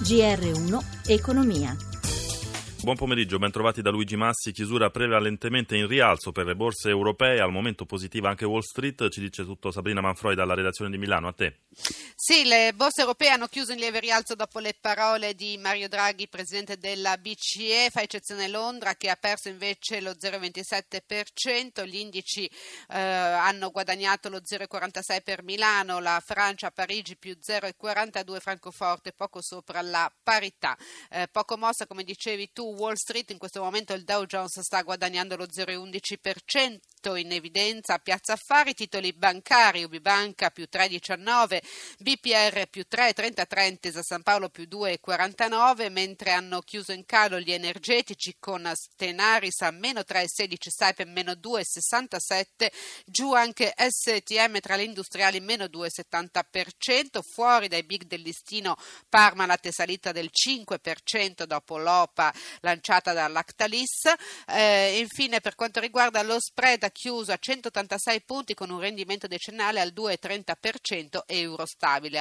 GR1 Economia. Buon pomeriggio, ben trovati da Luigi Massi. Chiusura prevalentemente in rialzo per le borse europee, al momento positiva anche Wall Street. Ci dice tutto Sabrina Manfroi dalla redazione di Milano. A te. Sì, le borse europee hanno chiuso in lieve rialzo dopo le parole di Mario Draghi, presidente della BCE, fa eccezione Londra che ha perso invece lo 0,27%, gli indici hanno guadagnato lo 0,46 per Milano, la Francia a Parigi più 0,42, Francoforte poco sopra la parità. Poco mossa, come dicevi tu, Wall Street. In questo momento il Dow Jones sta guadagnando lo 0,11%, in evidenza a Piazza Affari titoli bancari, UbiBanca più 3,19, BPR più 3,33, Intesa San Paolo più 2,49, mentre hanno chiuso in calo gli energetici con Tenaris a meno 3,16, Saipem meno 2,67, giù anche STM tra le industriali meno 2,70%, fuori dai big del listino Parma latte salita del 5% dopo l'OPA lanciata da Lactalis. Infine, per quanto riguarda lo spread, ha chiuso a 186 punti con un rendimento decennale al 2,30%, euro stabile a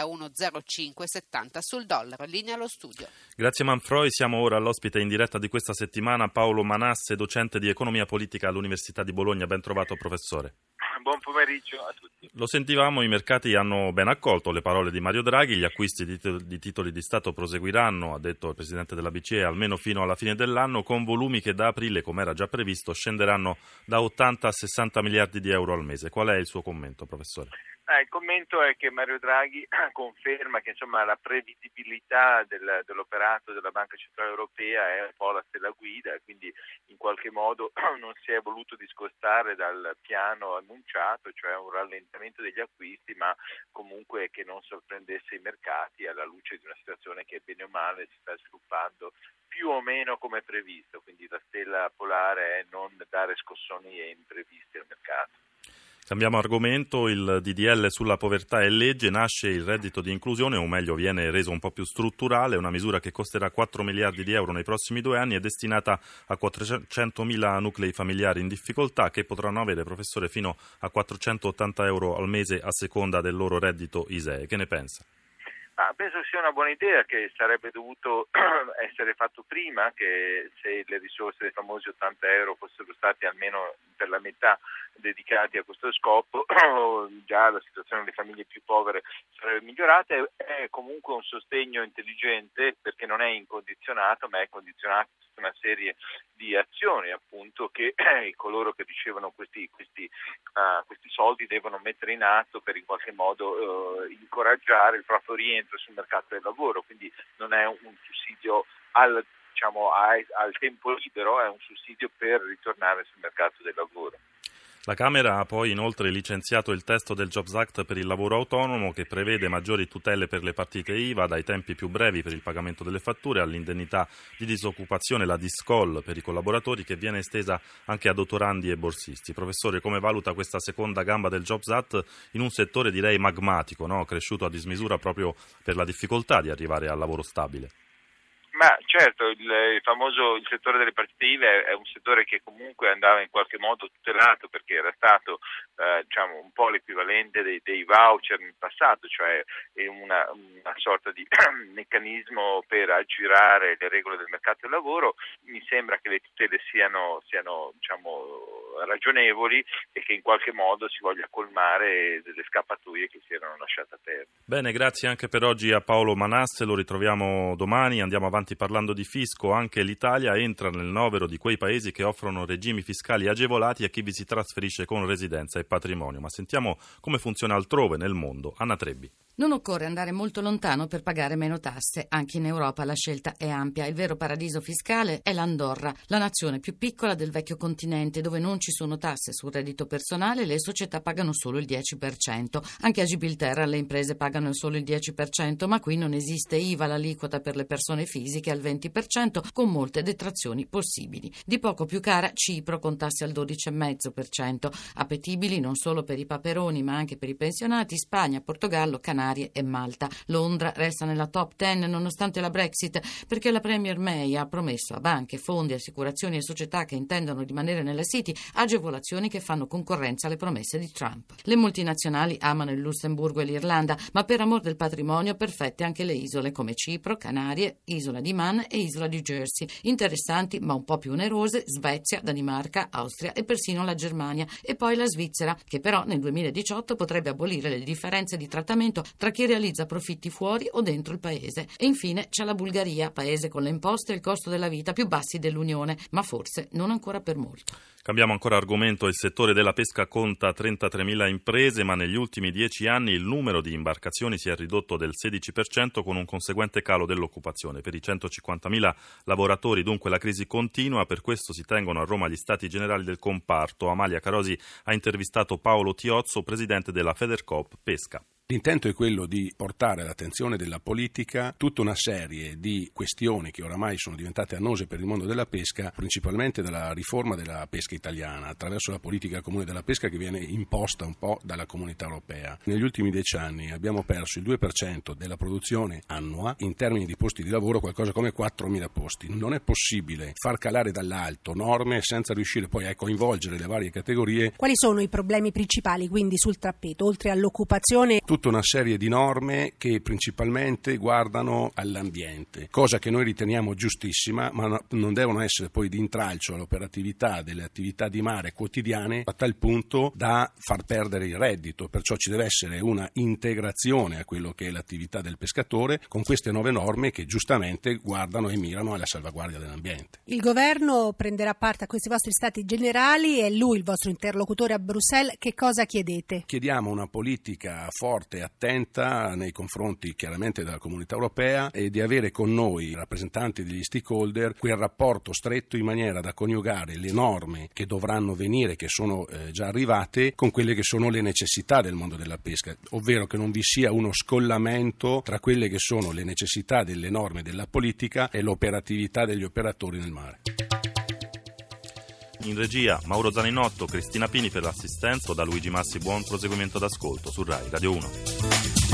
1,0570 sul dollaro. Linea allo studio. Grazie Manfroi, siamo ora all'ospite in diretta di questa settimana, Paolo Manasse, docente di economia politica all'Università di Bologna. Ben trovato professore. Buon pomeriggio a tutti. Lo sentivamo, i mercati hanno ben accolto le parole di Mario Draghi, gli acquisti di titoli di Stato proseguiranno, ha detto il Presidente della BCE, almeno fino alla fine dell'anno, con volumi che da aprile, come era già previsto, scenderanno da 80 a 60 miliardi di euro al mese. Qual è il suo commento, professore? Il commento è che Mario Draghi conferma che la prevedibilità dell'operato della Banca Centrale Europea è un po' la stella guida, e quindi in qualche modo non si è voluto discostare dal piano annunciato, cioè un rallentamento degli acquisti, ma comunque che non sorprendesse i mercati alla luce di una situazione che bene o male si sta sviluppando più o meno come previsto, quindi la stella polare è non dare scossoni e imprevisti al mercato. Cambiamo argomento, il DDL sulla povertà è legge, nasce il reddito di inclusione, o meglio viene reso un po' più strutturale, una misura che costerà 4 miliardi di euro nei prossimi 2 anni, è destinata a 400.000 nuclei familiari in difficoltà che potranno avere, professore, fino a 480 euro al mese a seconda del loro reddito ISEE. Che ne pensa? Penso sia una buona idea, che sarebbe dovuto essere fatto prima, che se le risorse dei famosi 80 euro fossero stati almeno per la metà dedicati a questo scopo, già la situazione delle famiglie più povere sarebbe migliorata. È comunque un sostegno intelligente perché non è incondizionato, ma è condizionato a una serie di azioni, appunto, che coloro che ricevono questi soldi devono mettere in atto per in qualche modo incoraggiare il proprio rientro sul mercato del lavoro. Quindi non è un sussidio al tempo libero, è un sussidio per ritornare sul mercato del lavoro. La Camera ha poi inoltre licenziato il testo del Jobs Act per il lavoro autonomo, che prevede maggiori tutele per le partite IVA, dai tempi più brevi per il pagamento delle fatture all'indennità di disoccupazione, la DISCOL per i collaboratori, che viene estesa anche a dottorandi e borsisti. Professore, come valuta questa seconda gamba del Jobs Act in un settore direi magmatico, no? Cresciuto a dismisura proprio per la difficoltà di arrivare al lavoro stabile? Ma certo, il settore delle partite IVA è un settore che comunque andava in qualche modo tutelato, perché era stato un po' l'equivalente dei voucher in passato, cioè una sorta di meccanismo per aggirare le regole del mercato del lavoro. Mi sembra che le tutele siano ragionevoli e che in qualche modo si voglia colmare delle scappatoie che si erano lasciate a terra. Bene, grazie anche per oggi a Paolo Manasse, lo ritroviamo domani, andiamo avanti parlando di fisco. Anche l'Italia entra nel novero di quei paesi che offrono regimi fiscali agevolati a chi vi si trasferisce con residenza e patrimonio. Ma sentiamo come funziona altrove nel mondo. Anna Trebbi. Non occorre andare molto lontano per pagare meno tasse. Anche in Europa la scelta è ampia. Il vero paradiso fiscale è l'Andorra, la nazione più piccola del vecchio continente, dove non ci sono tasse sul reddito personale e le società pagano solo il 10%. Anche a Gibilterra le imprese pagano solo il 10%, ma qui non esiste IVA, l'aliquota per le persone fisiche al 20%, con molte detrazioni possibili. Di poco più cara Cipro, con tasse al 12,5%, appetibili non solo per i paperoni ma anche per i pensionati, Spagna, Portogallo, Canada Canarie e Malta. Londra resta nella top 10 nonostante la Brexit, perché la Premier May ha promesso a banche, fondi, assicurazioni e società che intendono rimanere nella City agevolazioni che fanno concorrenza alle promesse di Trump. Le multinazionali amano il Lussemburgo e l'Irlanda, ma per amor del patrimonio perfette anche le isole come Cipro, Canarie, Isola di Man e Isola di Jersey. Interessanti ma un po' più onerose Svezia, Danimarca, Austria e persino la Germania. E poi la Svizzera, che però nel 2018 potrebbe abolire le differenze di trattamento tra chi realizza profitti fuori o dentro il paese. E infine c'è la Bulgaria, paese con le imposte e il costo della vita più bassi dell'Unione, ma forse non ancora per molto. Cambiamo ancora argomento. Il settore della pesca conta 33.000 imprese, ma negli ultimi 10 anni il numero di imbarcazioni si è ridotto del 16% con un conseguente calo dell'occupazione. Per i 150.000 lavoratori dunque la crisi continua, per questo si tengono a Roma gli stati generali del comparto. Amalia Carosi ha intervistato Paolo Tiozzo, presidente della Federcoop Pesca. L'intento è quello di portare all'attenzione della politica tutta una serie di questioni che oramai sono diventate annose per il mondo della pesca, principalmente dalla riforma della pesca italiana, attraverso la politica comune della pesca che viene imposta un po' dalla Comunità Europea. Negli ultimi 10 anni abbiamo perso il 2% della produzione annua in termini di posti di lavoro, qualcosa come 4.000 posti. Non è possibile far calare dall'alto norme senza riuscire poi a coinvolgere le varie categorie. Quali sono i problemi principali quindi sul tappeto, oltre all'occupazione? Tutta una serie di norme che principalmente guardano all'ambiente, cosa che noi riteniamo giustissima, ma non devono essere poi di intralcio all'operatività delle attività di mare quotidiane a tal punto da far perdere il reddito. Perciò ci deve essere una integrazione a quello che è l'attività del pescatore con queste nuove norme che giustamente guardano e mirano alla salvaguardia dell'ambiente. Il governo prenderà parte a questi vostri stati generali, è lui il vostro interlocutore a Bruxelles. Che cosa chiedete? Chiediamo una politica forte e attenta nei confronti chiaramente della Comunità Europea e di avere con noi, rappresentanti degli stakeholder, quel rapporto stretto in maniera da coniugare le norme che dovranno venire, che sono già arrivate, con quelle che sono le necessità del mondo della pesca, ovvero che non vi sia uno scollamento tra quelle che sono le necessità delle norme della politica e l'operatività degli operatori nel mare. In regia Mauro Zaninotto, Cristina Pini per l'assistenza. Da Luigi Massi buon proseguimento d'ascolto su Rai Radio 1.